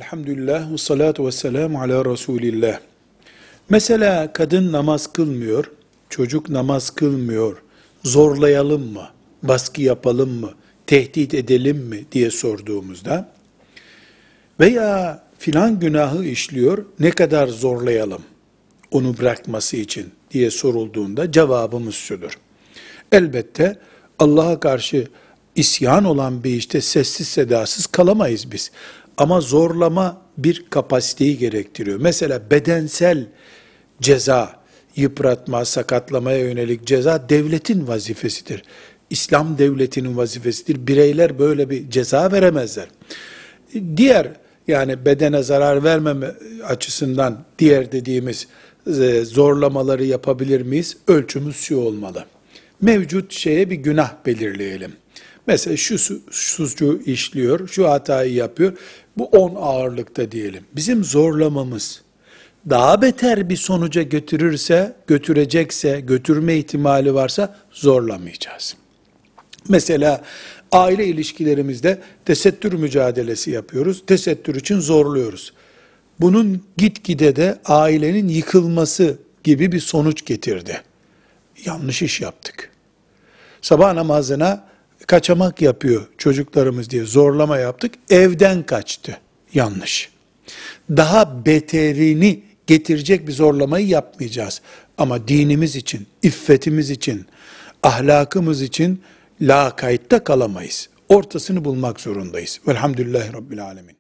Elhamdülillah ve salatu ve selamu ala Resulillah. Mesela kadın namaz kılmıyor, çocuk namaz kılmıyor, zorlayalım mı, baskı yapalım mı, tehdit edelim mi diye sorduğumuzda veya filan günahı işliyor, ne kadar zorlayalım onu bırakması için diye sorulduğunda cevabımız şudur. Elbette Allah'a karşı isyan olan bir işte sessiz sedasız kalamayız biz. Ama zorlama bir kapasiteyi gerektiriyor. Mesela bedensel ceza, yıpratma, sakatlamaya yönelik ceza devletin vazifesidir. İslam devletinin vazifesidir. Bireyler böyle bir ceza veremezler. Diğer yani bedene zarar vermeme açısından diğer dediğimiz zorlamaları yapabilir miyiz? Ölçümüz şu olmalı. Mevcut şeye bir günah belirleyelim. Mesela şu suçu işliyor, şu hatayı yapıyor. Bu 10 ağırlıkta diyelim. Bizim zorlamamız daha beter bir sonuca götürecekse, götürme ihtimali varsa zorlamayacağız. Mesela aile ilişkilerimizde tesettür mücadelesi yapıyoruz. Tesettür için zorluyoruz. Bunun gitgide de ailenin yıkılması gibi bir sonuç getirdi. Yanlış iş yaptık. Sabah namazına kaçamak yapıyor çocuklarımız diye zorlama yaptık. Evden kaçtı. Yanlış. Daha beterini getirecek bir zorlamayı yapmayacağız. Ama dinimiz için, iffetimiz için, ahlakımız için lakaytta kalamayız. Ortasını bulmak zorundayız. Velhamdülillahi Rabbil Alemin.